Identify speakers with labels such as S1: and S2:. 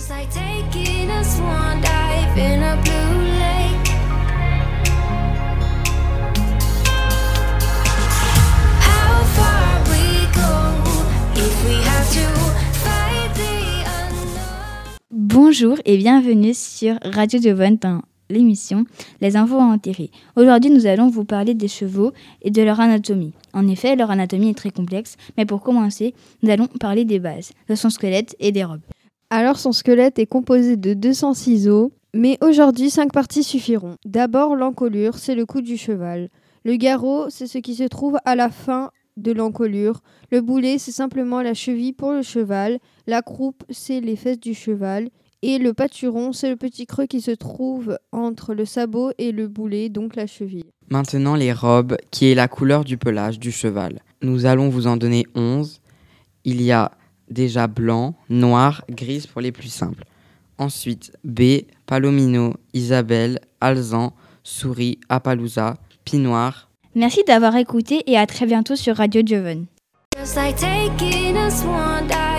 S1: Just like taking a swan dive in a blue lake. How far we go if we have to fight the unknown.
S2: Bonjour et bienvenue sur Radio Giovanni dans l'émission Les infos à enterrer. Aujourd'hui, nous allons vous parler des chevaux et de leur anatomie. En effet, leur anatomie est très complexe, mais pour commencer, nous allons parler des bases, de son squelette et des robes.
S3: Alors son squelette est composé de 206 os, mais aujourd'hui 5 parties suffiront. D'abord l'encolure, c'est le cou du cheval. Le garrot, c'est ce qui se trouve à la fin de l'encolure. Le boulet, c'est simplement la cheville pour le cheval. La croupe, c'est les fesses du cheval. Et le pâturon, c'est le petit creux qui se trouve entre le sabot et le boulet, donc la cheville.
S4: Maintenant les robes, qui est la couleur du pelage du cheval. Nous allons vous en donner 11. Il y a déjà blanc, noir, grise pour les plus simples. Ensuite, B, Palomino, Isabelle, Alzan, Souris, Appaloosa, Pinoir.
S2: Merci d'avoir écouté et à très bientôt sur Radio Giovanni.
S1: Just like taking a swan dive.